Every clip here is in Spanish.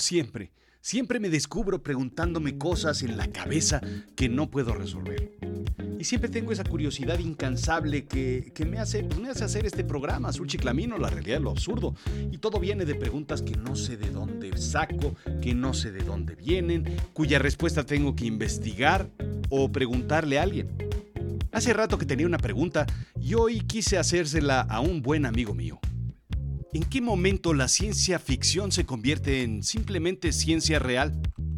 Siempre me descubro preguntándome cosas en la cabeza que no puedo resolver. Y siempre tengo esa curiosidad incansable que me hace hacer este programa, Azul Chiclamino, la realidad de lo absurdo. Y todo viene de preguntas que no sé de dónde saco, que no sé de dónde vienen, cuya respuesta tengo que investigar o preguntarle a alguien. Hace rato que tenía una pregunta y hoy quise hacérsela a un buen amigo mío. ¿En qué momento la ciencia ficción se convierte en simplemente ciencia real?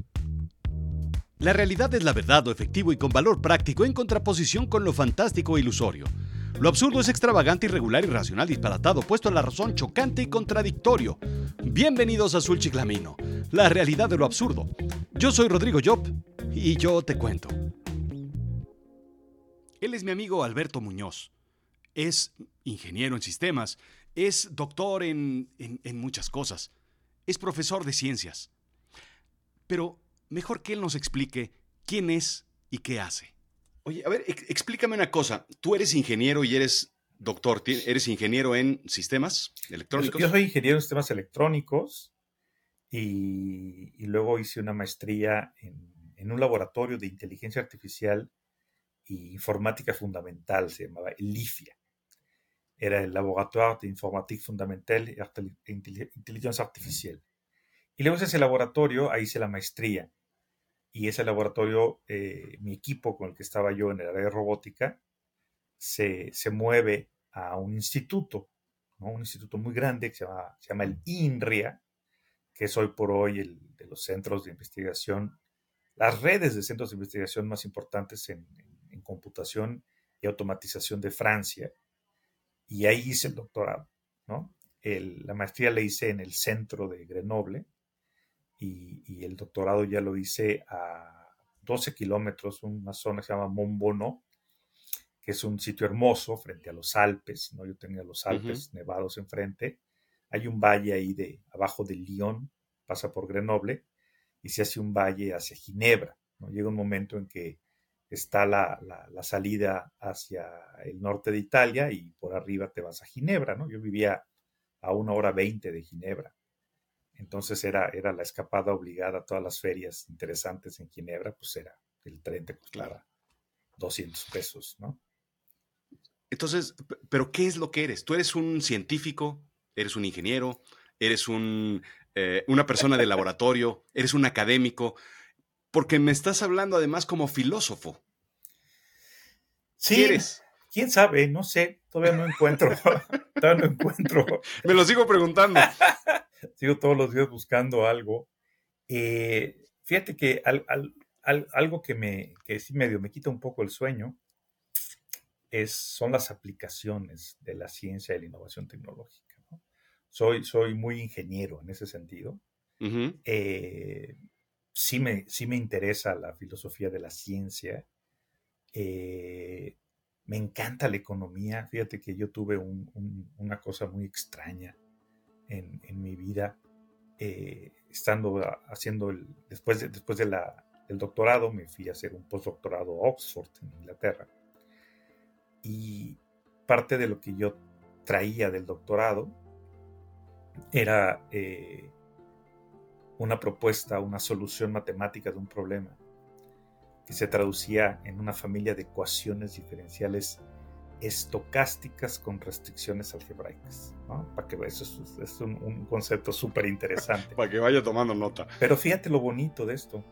La realidad es la verdad, lo efectivo y con valor práctico en contraposición con lo fantástico e ilusorio. Lo absurdo es extravagante, irregular, irracional, disparatado, puesto a la razón, chocante y contradictorio. Bienvenidos a Azul Chiclamino, la realidad de lo absurdo. Yo soy Rodrigo Job y yo te cuento. Él es mi amigo Alberto Muñoz. Es ingeniero en sistemas, es doctor en muchas cosas, es profesor de ciencias. Pero mejor que él nos explique quién es y qué hace. Oye, a ver, explícame una cosa. Tú eres ingeniero y eres doctor. ¿Eres ingeniero en sistemas electrónicos? Yo soy ingeniero en sistemas electrónicos y luego hice una maestría en un laboratorio de inteligencia artificial e informática fundamental, se llamaba el LIFIA. Era el Laboratoire d'Informatique Fondamentale et Intelligence Artificielle. Y luego de ese laboratorio, ahí hice la maestría. Y ese laboratorio, mi equipo con el que estaba yo en el área de robótica, se mueve a un instituto, ¿no? Un instituto muy grande que se llama el INRIA, que es hoy por hoy de los centros de investigación, las redes de centros de investigación más importantes en computación y automatización de Francia. Y ahí hice el doctorado, ¿no? La maestría la hice en el centro de Grenoble y el doctorado ya lo hice a 12 kilómetros, una zona que se llama Montbonneau, que es un sitio hermoso frente a los Alpes, ¿no? Yo tenía los Alpes nevados enfrente. Hay un valle ahí abajo de Lyon, pasa por Grenoble, y se hace un valle hacia Ginebra, ¿no? Llega un momento en que está la salida hacia el norte de Italia y por arriba te vas a Ginebra, ¿no? Yo vivía a 1 hora 20 de Ginebra. Entonces era la escapada obligada a todas las ferias interesantes en Ginebra, pues era el tren te costaba 200 pesos, ¿no? Entonces, ¿pero qué es lo que eres? ¿Tú eres un científico? ¿Eres un ingeniero? ¿Eres una persona de laboratorio? ¿Eres un académico? Porque me estás hablando además como filósofo. ¿Qué Sí, eres? quién sabe, no sé, todavía no encuentro, todavía no encuentro. Me lo sigo preguntando. Sigo todos los días buscando algo. Fíjate que algo que sí medio me quita un poco el sueño son las aplicaciones de la ciencia y la innovación tecnológica, ¿no? Soy muy ingeniero en ese sentido. Uh-huh. Sí me interesa la filosofía de la ciencia. Me encanta la economía. Fíjate que yo tuve una cosa muy extraña en mi vida. Estando haciendo después del doctorado, me fui a hacer un postdoctorado a Oxford, en Inglaterra. Y parte de lo que yo traía del doctorado era una propuesta, una solución matemática de un problema que se traducía en una familia de ecuaciones diferenciales estocásticas con restricciones algebraicas, ¿no? Para que eso es un concepto súper interesante. Para que vaya tomando nota. Pero fíjate lo bonito de esto.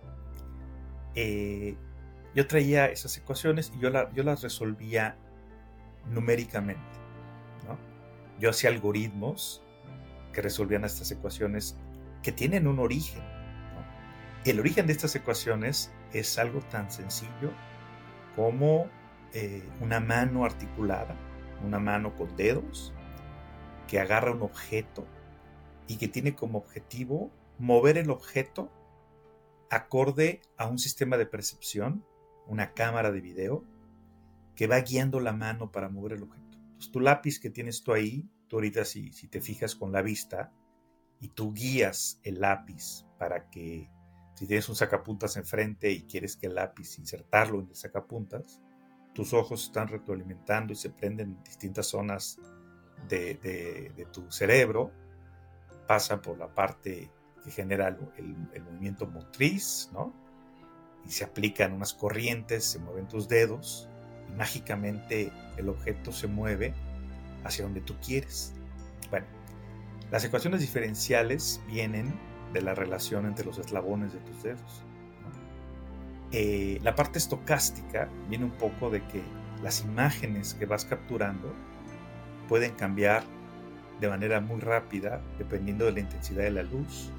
Yo traía esas ecuaciones y yo las resolvía numéricamente, ¿no? Yo hacía algoritmos que resolvían estas ecuaciones que tienen un origen, ¿no? El origen de estas ecuaciones es algo tan sencillo como una mano articulada, una mano con dedos, que agarra un objeto y que tiene como objetivo mover el objeto acorde a un sistema de percepción, una cámara de video, que va guiando la mano para mover el objeto. Entonces, tu lápiz que tienes tú ahí, tú ahorita si te fijas con la vista y tú guías el lápiz para que, si tienes un sacapuntas enfrente y quieres que el lápiz insertarlo en el sacapuntas, tus ojos están retroalimentando y se prenden en distintas zonas de tu cerebro, pasan por la parte que genera el movimiento motriz, ¿no? Y se aplican unas corrientes, se mueven tus dedos y mágicamente el objeto se mueve hacia donde tú quieres. Bueno, las ecuaciones diferenciales vienen de la relación entre los eslabones de tus dedos, ¿no? La parte estocástica viene un poco de que las imágenes que vas capturando pueden cambiar de manera muy rápida dependiendo de la intensidad de la luz,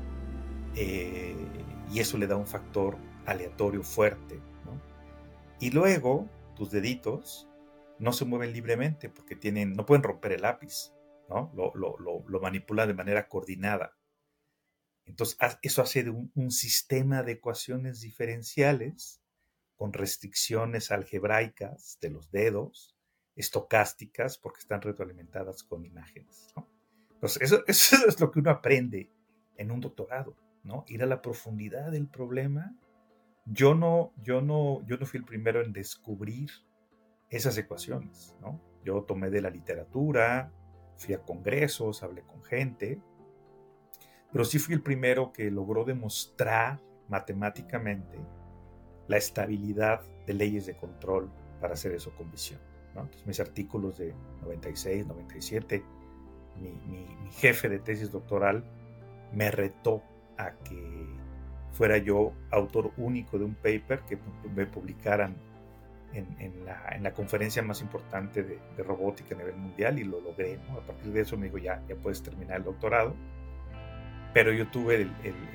y eso le da un factor aleatorio fuerte, ¿no? Y luego tus deditos no se mueven libremente porque no pueden romper el lápiz, ¿no? Lo manipulan de manera coordinada. Entonces eso hace de un sistema de ecuaciones diferenciales con restricciones algebraicas de los dedos, estocásticas porque están retroalimentadas con imágenes, ¿no? Entonces eso es lo que uno aprende en un doctorado, ¿no? Ir a la profundidad del problema. Yo no fui el primero en descubrir esas ecuaciones, ¿no? Yo tomé de la literatura, fui a congresos, hablé con gente, pero sí fui el primero que logró demostrar matemáticamente la estabilidad de leyes de control para hacer eso con visión, ¿no? Entonces, mis artículos de 96, 97, mi jefe de tesis doctoral me retó a que fuera yo autor único de un paper que me publicaran en la conferencia más importante de robótica a nivel mundial, y lo logré, ¿no? A partir de eso me dijo, ya puedes terminar el doctorado. Pero yo tuve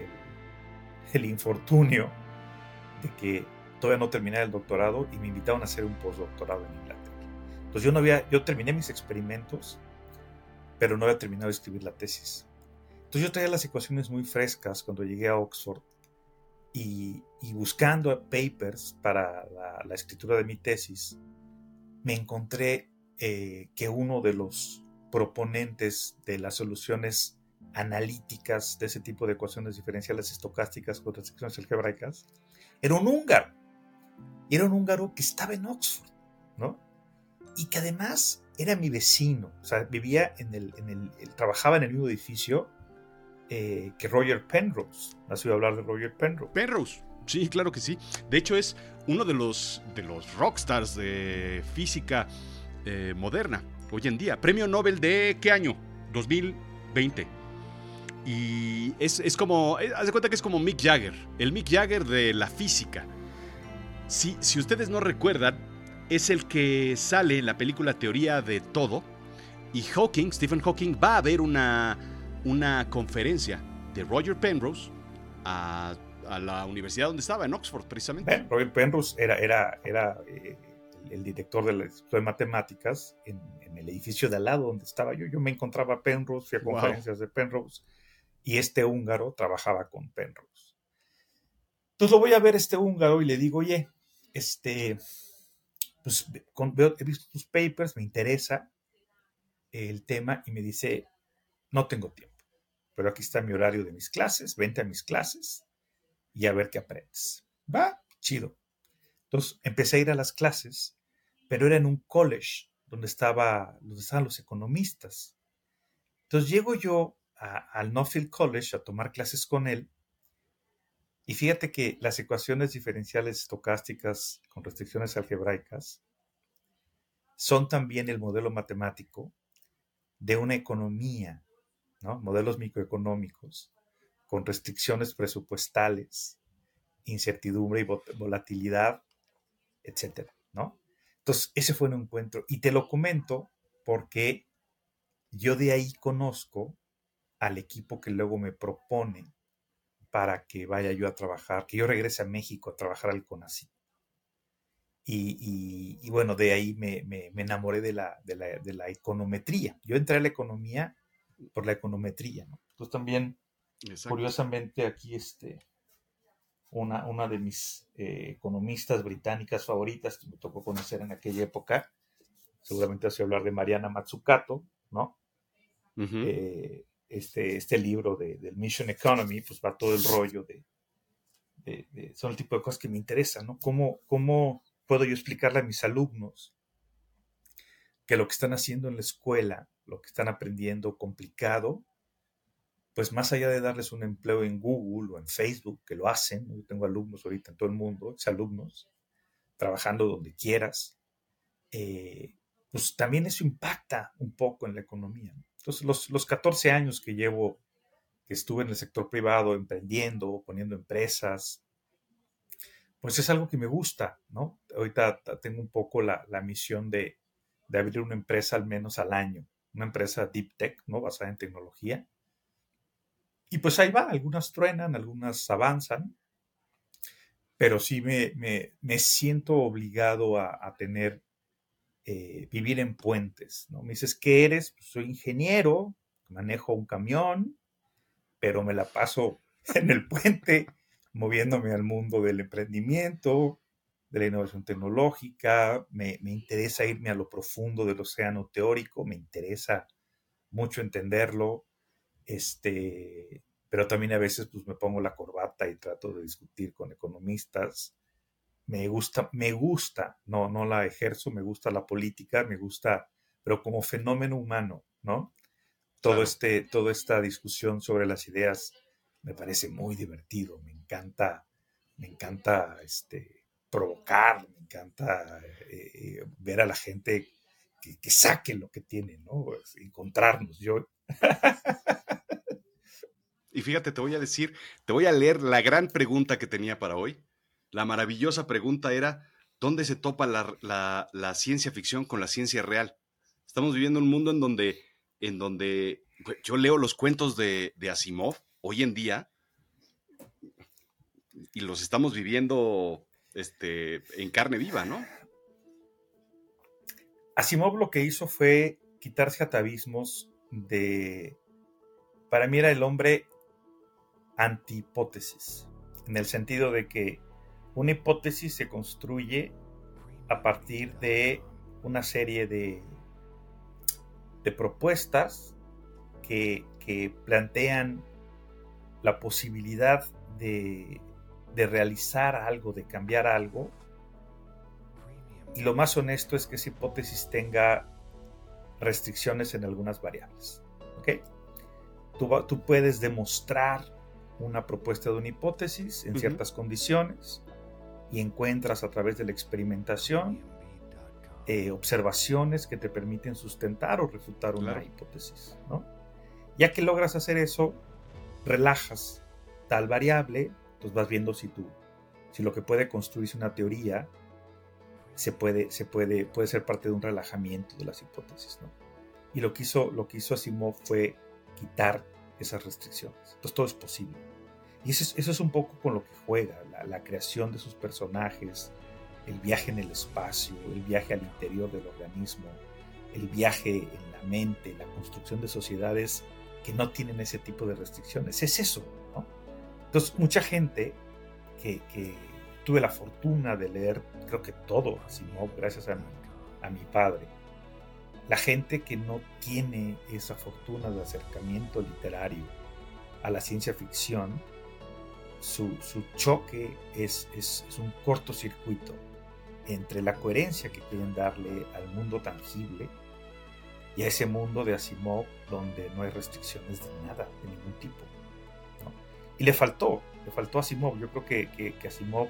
el infortunio de que todavía no terminé el doctorado y me invitaron a hacer un postdoctorado en Inglaterra. Entonces yo terminé mis experimentos, pero no había terminado de escribir la tesis. Entonces yo traía las ecuaciones muy frescas cuando llegué a Oxford, y buscando papers para la escritura de mi tesis, me encontré que uno de los proponentes de las soluciones analíticas de ese tipo de ecuaciones diferenciales estocásticas con restricciones algebraicas era un húngaro. Y era un húngaro que estaba en Oxford, ¿no? Y que además era mi vecino. O sea, vivía trabajaba en el mismo edificio que Roger Penrose. ¿Has oído hablar de Roger Penrose? Penrose, sí, claro que sí. De hecho, es uno de los rockstars de física moderna hoy en día. Premio Nobel de ¿qué año? 2020. Y es como, haz de cuenta que es como Mick Jagger, el Mick Jagger de la física. Si ustedes no recuerdan, es el que sale en la película Teoría de Todo, y Stephen Hawking va a ver una conferencia de Roger Penrose a la universidad donde estaba, en Oxford, precisamente. Roger Penrose era el director del Instituto de Matemáticas en el edificio de al lado donde estaba yo. Yo me encontraba a Penrose, fui a conferencias de Penrose, y este húngaro trabajaba con Penrose. Entonces lo voy a ver este húngaro y le digo, oye, pues he visto tus papers, me interesa el tema, y me dice, no tengo tiempo, pero aquí está mi horario de mis clases, vente a mis clases y a ver qué aprendes. Va, chido. Entonces empecé a ir a las clases, pero era en un college donde estaban los economistas. Entonces llego yo al Nuffield College a tomar clases con él, y fíjate que las ecuaciones diferenciales estocásticas con restricciones algebraicas son también el modelo matemático de una economía, ¿no? Modelos microeconómicos con restricciones presupuestales, incertidumbre y volatilidad, etcétera, ¿no? Entonces, ese fue un encuentro, y te lo comento porque yo de ahí conozco al equipo que luego me propone para que vaya yo a trabajar, que yo regrese a México a trabajar al CONACYT. Y bueno, de ahí me enamoré de la econometría. Yo entré a la economía por la econometría, ¿no? Entonces también, exacto, curiosamente, aquí una de mis economistas británicas favoritas que me tocó conocer en aquella época, seguramente has oído hablar de Mariana Mazzucato, ¿no? Uh-huh. Este libro del Mission Economy, pues va todo el rollo son el tipo de cosas que me interesan, ¿no? ¿Cómo puedo yo explicarle a mis alumnos que lo que están haciendo en la escuela, lo que están aprendiendo complicado, pues más allá de darles un empleo en Google o en Facebook, que lo hacen, ¿no? Yo tengo alumnos ahorita en todo el mundo, exalumnos, trabajando donde quieras, eh, pues también eso impacta un poco en la economía, ¿no? Entonces, los 14 años que llevo, que estuve en el sector privado, emprendiendo, poniendo empresas, pues es algo que me gusta, ¿no? Ahorita tengo un poco la misión de abrir una empresa al menos al año, una empresa deep tech, ¿no? Basada en tecnología. Y pues ahí va, algunas truenan, algunas avanzan, pero sí me siento obligado a tener, vivir en puentes, ¿no? Me dices, ¿qué eres? Pues soy ingeniero, manejo un camión, pero me la paso en el puente, moviéndome al mundo del emprendimiento, de la innovación tecnológica, me interesa irme a lo profundo del océano teórico, me interesa mucho entenderlo, pero también a veces pues me pongo la corbata y trato de discutir con economistas. Me gusta, no la ejerzo, me gusta la política, me gusta, pero como fenómeno humano, ¿no? Claro. Toda esta discusión sobre las ideas me parece muy divertido, me encanta provocar, me encanta ver a la gente que saque lo que tiene, ¿no? Pues, encontrarnos. Y fíjate, te voy a leer la gran pregunta que tenía para hoy. La maravillosa pregunta era, ¿dónde se topa la ciencia ficción con la ciencia real? Estamos viviendo un mundo en donde yo leo los cuentos de Asimov hoy en día y los estamos viviendo en carne viva, ¿no? Asimov lo que hizo fue quitarse atavismos para mí era el hombre antihipótesis, en el sentido de que una hipótesis se construye a partir de una serie de propuestas que plantean la posibilidad de realizar algo, de cambiar algo, y lo más honesto es que esa hipótesis tenga restricciones en algunas variables. ¿Okay? Tú puedes demostrar una propuesta de una hipótesis en ciertas condiciones y encuentras a través de la experimentación observaciones que te permiten sustentar o refutar una hipótesis, ¿no? Ya que logras hacer eso, relajas tal variable, entonces vas viendo si lo que puede construirse una teoría puede ser parte de un relajamiento de las hipótesis, ¿no? Y lo que hizo Asimov fue quitar esas restricciones. Entonces todo es posible. Y eso es un poco con lo que juega, la creación de sus personajes, el viaje en el espacio, el viaje al interior del organismo, el viaje en la mente, la construcción de sociedades que no tienen ese tipo de restricciones. Es eso, ¿no? Entonces, mucha gente que tuve la fortuna de leer, creo que todo Asimov, gracias a mi padre, la gente que no tiene esa fortuna de acercamiento literario a la ciencia ficción, su choque es un cortocircuito entre la coherencia que quieren darle al mundo tangible y a ese mundo de Asimov donde no hay restricciones de nada, de ningún tipo, ¿no? Y le faltó a Asimov. Yo creo que Asimov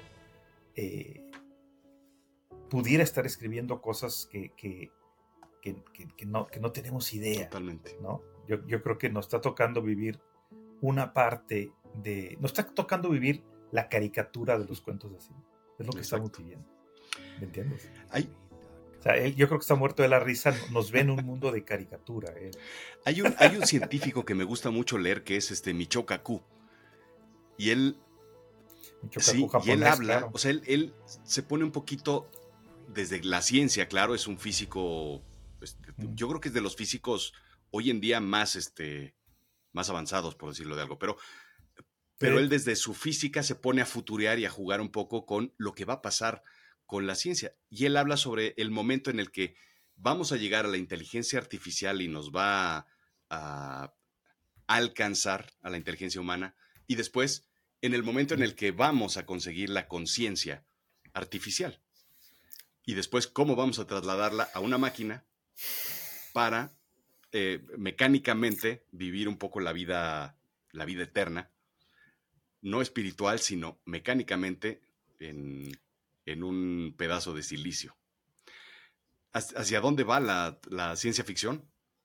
pudiera estar escribiendo cosas que no tenemos idea. Totalmente. ¿No? Yo creo que nos está tocando vivir una parte nos está tocando vivir la caricatura de los cuentos de Asimov. Es lo que estamos viviendo. ¿Me entiendes? O sea, yo creo que está muerto de la risa, nos ve en un mundo de caricatura. Hay un científico que me gusta mucho leer que es Michio Kaku. Y él japonés, y él habla, claro. O sea, él se pone un poquito desde la ciencia, claro, es un físico, yo creo que es de los físicos hoy en día más avanzados, por decirlo de algo, pero él desde su física se pone a futurear y a jugar un poco con lo que va a pasar con la ciencia. Y él habla sobre el momento en el que vamos a llegar a la inteligencia artificial y nos va a alcanzar a la inteligencia humana, y después en el momento en el que vamos a conseguir la conciencia artificial. Y después cómo vamos a trasladarla a una máquina para mecánicamente vivir un poco la vida la vida eterna, no espiritual, sino mecánicamente en un pedazo de silicio. ¿Hacia dónde va la ciencia ficción?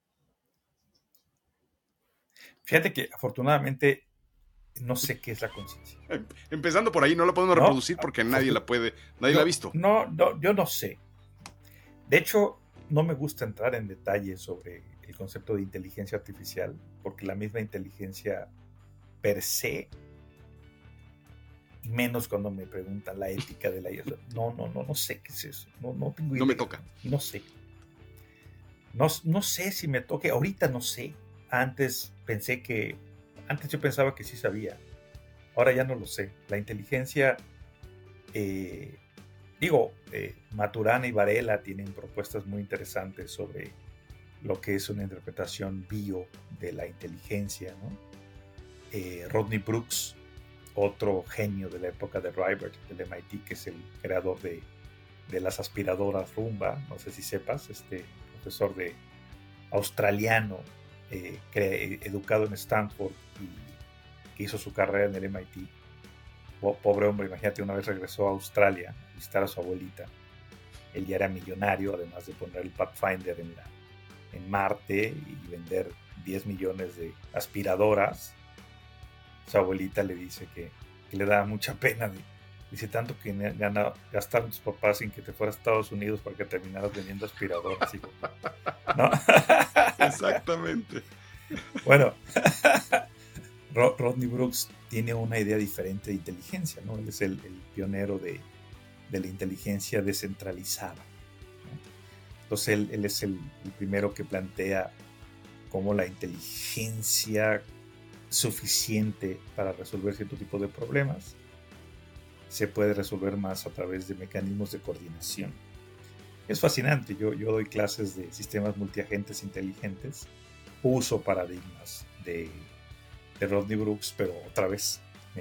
Fíjate que afortunadamente no sé qué es la conciencia. Empezando por ahí, no la podemos reproducir porque nadie la ha visto. Yo no sé. De hecho, no me gusta entrar en detalle sobre el concepto de inteligencia artificial, porque la misma inteligencia per se, y menos cuando me preguntan la ética de la IA. No sé qué es eso. No tengo idea. No me toca. No sé. No sé si me toque. Ahorita no sé. Antes yo pensaba que sí sabía. Ahora ya no lo sé. La inteligencia, Maturana y Varela tienen propuestas muy interesantes sobre lo que es una interpretación bio de la inteligencia, ¿no? Rodney Brooks, otro genio de la época de Rivert, del MIT, que es el creador de las aspiradoras Roomba, no sé si sepas, profesor australiano, educado en Stanford y que hizo su carrera en el MIT. Pobre hombre, imagínate, una vez regresó a Australia a visitar a su abuelita. Él ya era millonario, además de poner el Pathfinder en Marte y vender 10 millones de aspiradoras. Su abuelita le dice que le da mucha pena. Dice, tanto que gastaron tus papás sin que te fueras a Estados Unidos para que terminaras vendiendo aspiradoras. ¿No? Exactamente. Bueno, Rodney Brooks tiene una idea diferente de inteligencia, ¿no? Él es el pionero de la inteligencia descentralizada, ¿no? Entonces él es el primero que plantea cómo la inteligencia suficiente para resolver cierto tipo de problemas se puede resolver más a través de mecanismos de coordinación. Es fascinante. Yo doy clases de sistemas multiagentes inteligentes, uso paradigmas de Rodney Brooks, pero otra vez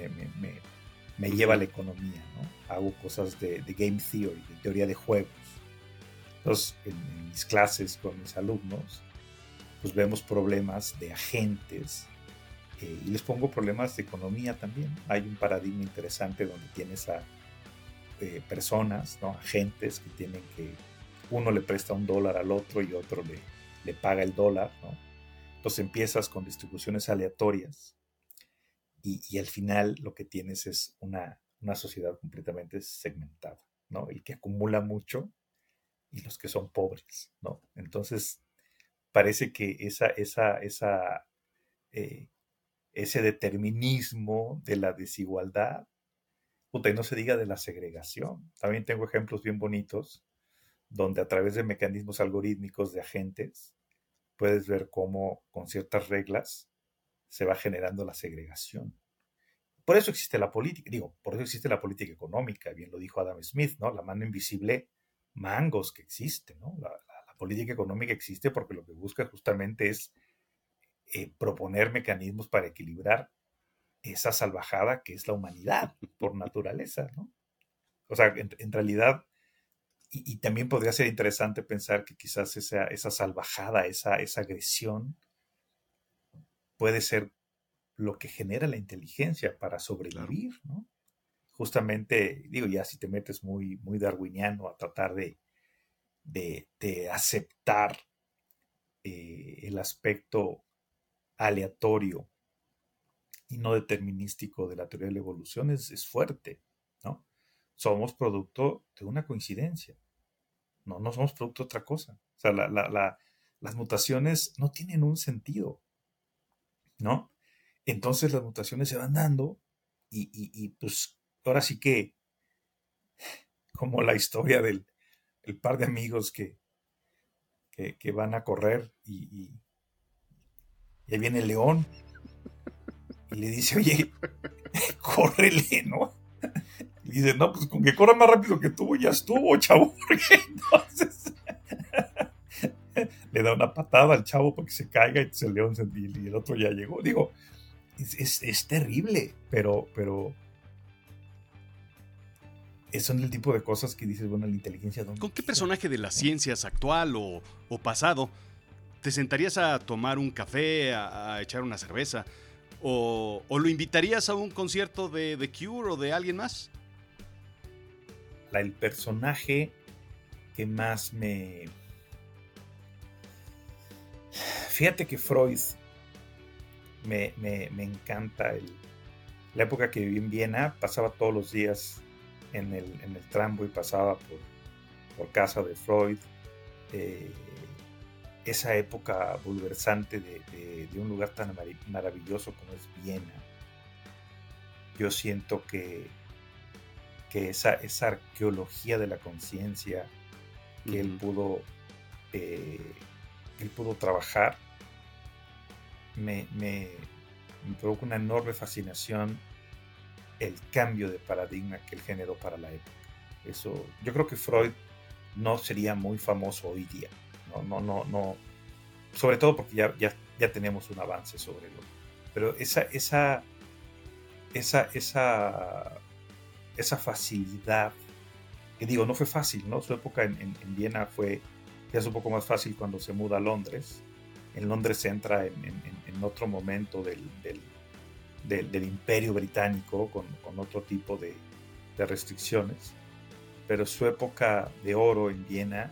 me lleva a la economía, ¿no? Hago cosas de game theory, de teoría de juegos. Entonces, en mis clases con mis alumnos, pues vemos problemas de agentes, y les pongo problemas de economía también. Hay un paradigma interesante donde tienes a personas, ¿no? Agentes que tienen que, uno le presta $1 al otro y otro le paga el dólar, ¿no? Entonces empiezas con distribuciones aleatorias y al final lo que tienes es una sociedad completamente segmentada, ¿no? El que acumula mucho y los que son pobres, ¿no? Entonces parece que ese determinismo de la desigualdad, y no se diga de la segregación. También tengo ejemplos bien bonitos donde a través de mecanismos algorítmicos de agentes puedes ver cómo con ciertas reglas se va generando la segregación. Por eso existe la política, por eso existe la política económica, bien lo dijo Adam Smith, ¿no? La mano invisible, mangos que existe, ¿no? La política económica existe porque lo que busca justamente es proponer mecanismos para equilibrar esa salvajada que es la humanidad por naturaleza, ¿no? O sea, en realidad, y también podría ser interesante pensar que quizás esa salvajada, esa agresión puede ser lo que genera la inteligencia para sobrevivir, claro, ¿no? Justamente, ya si te metes muy, muy darwiniano a tratar de aceptar el aspecto aleatorio y no determinístico de la teoría de la evolución es fuerte, ¿no? Somos producto de una coincidencia, no somos producto de otra cosa. O sea, las mutaciones no tienen un sentido, ¿no? Entonces las mutaciones se van dando y pues ahora sí que, como la historia del par de amigos que van a correr y ahí viene el león y le dice, oye, córrele, ¿no? Y dice, no, pues con que corra más rápido que tú ya estuvo, chavo. Entonces le da una patada al chavo para que se caiga y el león y el otro ya llegó. Es terrible, pero son el tipo de cosas que dices, bueno, la inteligencia... ¿Con qué personaje de las ciencias actual o pasado te sentarías a tomar un café, a echar una cerveza ¿O lo invitarías a un concierto de The Cure o de alguien más? El personaje que más me... Fíjate que Freud me encanta. La época que viví en Viena, pasaba todos los días en el tramway, pasaba por casa de Freud. Esa época bulversante de un lugar tan maravilloso como es Viena. Yo siento que esa arqueología de la conciencia que él pudo trabajar me provoca una enorme fascinación el cambio de paradigma que él generó para la época. Eso, yo creo que Freud no sería muy famoso hoy día. No, sobre todo porque ya tenemos un avance sobre lo. Pero esa facilidad, que digo, no fue fácil, ¿no? Su época en Viena ya es un poco más fácil cuando se muda a Londres. En Londres se entra en otro momento del Imperio Británico con otro tipo de restricciones. Pero su época de oro en Viena,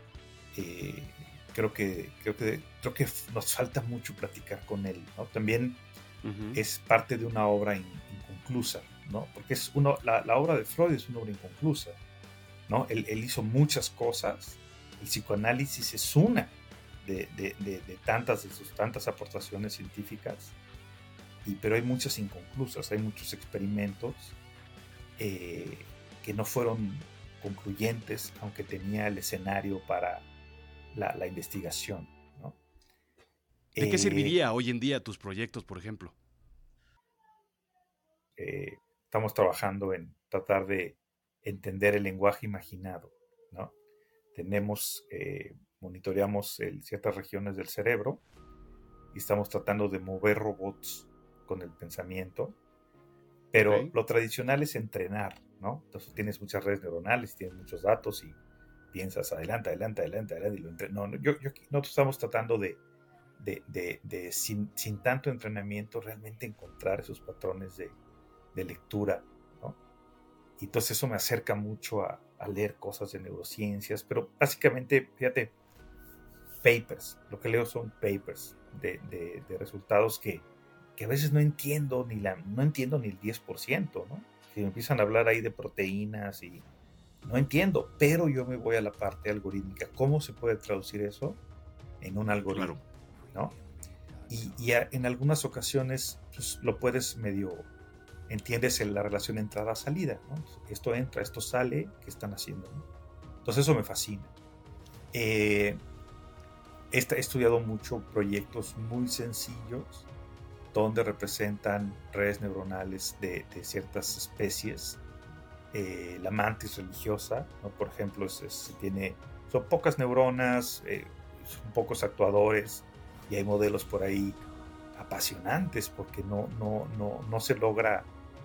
creo que nos falta mucho platicar con él, ¿no? También es parte de una obra inconclusa, ¿no? Porque la obra de Freud es una obra inconclusa, ¿no? Él hizo muchas cosas. El psicoanálisis es una de sus tantas aportaciones científicas, pero hay muchas inconclusas, hay muchos experimentos que no fueron concluyentes, aunque tenía el escenario para la investigación, ¿no? ¿De qué serviría hoy en día tus proyectos, por ejemplo? Estamos trabajando en tratar de entender el lenguaje imaginado, ¿no? Monitoreamos ciertas regiones del cerebro y estamos tratando de mover robots con el pensamiento, pero lo tradicional es entrenar, ¿no? Entonces tienes muchas redes neuronales, tienes muchos datos y piensas adelante, y lo entrenas. Nosotros estamos tratando de sin tanto entrenamiento realmente encontrar esos patrones de lectura, ¿no? Y entonces eso me acerca mucho a leer cosas de neurociencias, pero básicamente, fíjate, lo que leo son papers de resultados que a veces no entiendo ni el 10%, ¿no? Si me empiezan a hablar ahí de proteínas y no entiendo, pero yo me voy a la parte algorítmica. ¿Cómo se puede traducir eso en un algoritmo? Claro. ¿No? Y en algunas ocasiones pues, lo puedes entiendes la relación entrada-salida, ¿no? Esto entra, esto sale, ¿qué están haciendo? ¿No? Entonces eso me fascina. He estudiado mucho proyectos muy sencillos donde representan redes neuronales de ciertas especies. La mantis religiosa, ¿no? Por ejemplo, son pocas neuronas, son pocos actuadores, y hay modelos por ahí apasionantes porque no se logra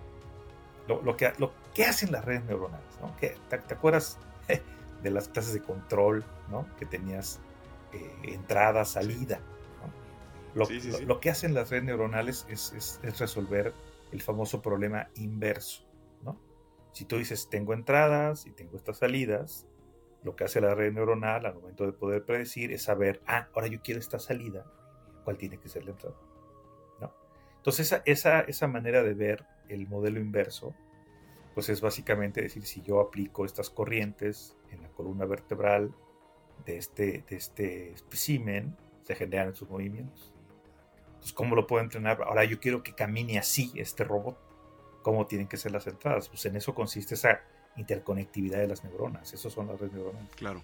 lo que hacen las redes neuronales, ¿no? ¿Te acuerdas de las clases de control, ¿no? Que tenías entrada, salida, ¿no? Lo que hacen las redes neuronales es resolver el famoso problema inverso, ¿no? Si tú dices, tengo entradas y tengo estas salidas, lo que hace la red neuronal al momento de poder predecir es saber, ahora yo quiero esta salida, ¿cuál tiene que ser la entrada? ¿No? Entonces esa manera de ver el modelo inverso, pues es básicamente decir, si yo aplico estas corrientes en la columna vertebral de este espécimen, se generan sus movimientos. Entonces, ¿cómo lo puedo entrenar? Ahora yo quiero que camine así este robot. ¿Cómo tienen que ser las entradas? Pues en eso consiste esa interconectividad de las neuronas. Esas son las redes neuronales. Claro.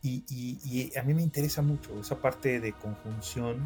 Y a mí me interesa mucho esa parte de conjunción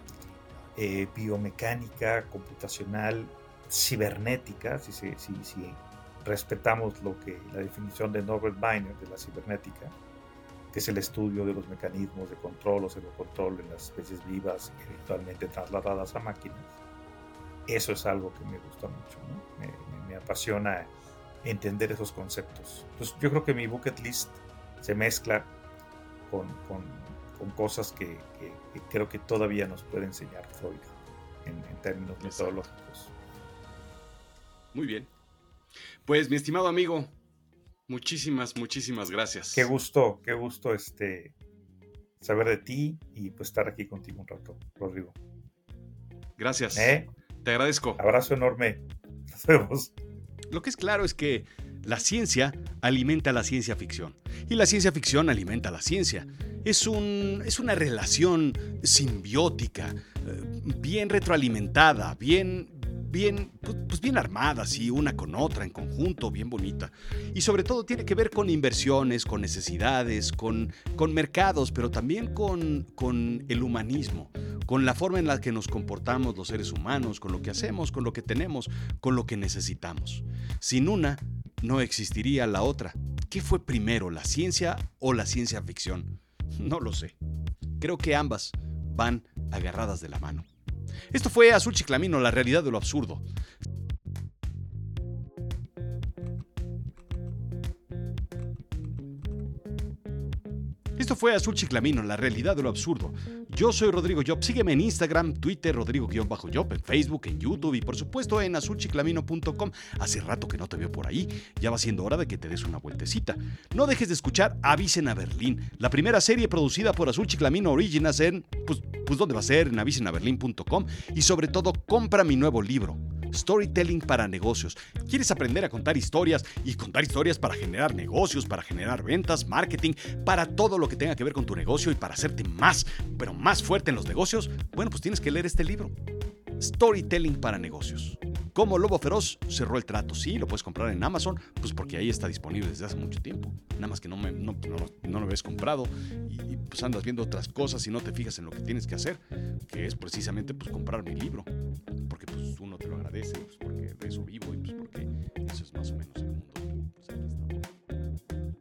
biomecánica, computacional, cibernética, si respetamos la definición de Norbert Wiener de la cibernética, que es el estudio de los mecanismos de control o pseudocontrol en las especies vivas eventualmente trasladadas a máquinas. Eso es algo que me gusta mucho, ¿no? Me apasiona entender esos conceptos. Entonces yo creo que mi bucket list se mezcla con cosas que creo que todavía nos puede enseñar Freud. en términos metodológicos. Muy bien. Pues, mi estimado amigo, muchísimas gracias. Qué gusto saber de ti y pues estar aquí contigo un rato, Rodrigo. Gracias. Te agradezco. Abrazo enorme. Nos vemos. Lo que es claro es que la ciencia alimenta la ciencia ficción y la ciencia ficción alimenta la ciencia. Es una relación simbiótica, bien retroalimentada, bien armada, sí, una con otra, en conjunto, bien bonita. Y sobre todo tiene que ver con inversiones, con necesidades, con mercados, pero también con el humanismo, con la forma en la que nos comportamos los seres humanos, con lo que hacemos, con lo que tenemos, con lo que necesitamos. Sin una, no existiría la otra. ¿Qué fue primero, la ciencia o la ciencia ficción? No lo sé. Creo que ambas van agarradas de la mano. Esto fue Azul Chiclamino, la realidad de lo absurdo. Esto fue Azul Chiclamino, la realidad de lo absurdo. Yo soy Rodrigo Job. Sígueme en Instagram, Twitter, Rodrigo-Job, en Facebook, en YouTube y por supuesto en azulchiclamino.com. Hace rato que no te veo por ahí. Ya va siendo hora de que te des una vueltecita. No dejes de escuchar Avisen a Berlín, la primera serie producida por Azul Chiclamino Originals en... Pues ¿dónde va a ser? En avisenaberlin.com. Y sobre todo, compra mi nuevo libro, Storytelling para negocios. ¿Quieres aprender a contar historias y contar historias para generar negocios, para generar ventas, marketing, para todo lo que tenga que ver con tu negocio y para hacerte más, pero más fuerte en los negocios? Bueno, pues tienes que leer este libro, Storytelling para negocios. Cómo Lobo Feroz cerró el trato. Sí, lo puedes comprar en Amazon, pues porque ahí está disponible desde hace mucho tiempo. Nada más que no lo habías comprado y pues andas viendo otras cosas y no te fijas en lo que tienes que hacer, que es precisamente pues comprar mi libro. Porque pues uno te lo agradece, pues porque de eso vivo y pues porque eso es más o menos el mundo. Pues aquí estamos.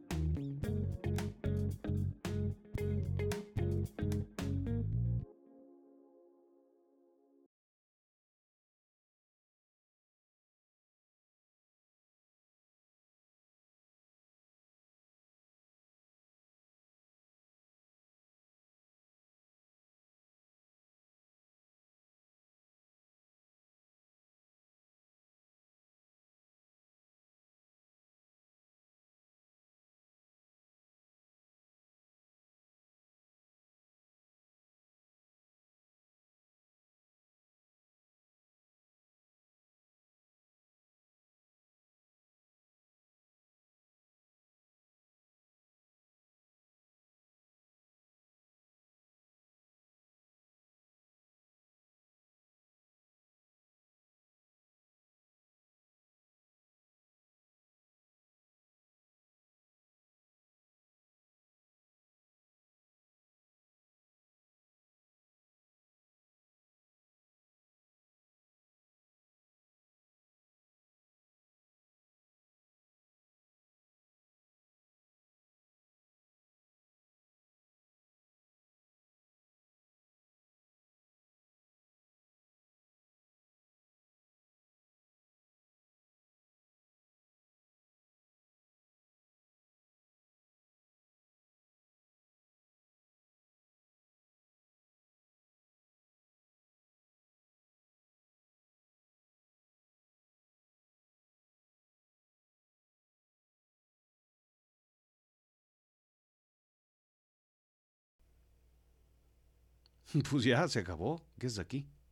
Pues ya se acabó. ¿Qué es aquí?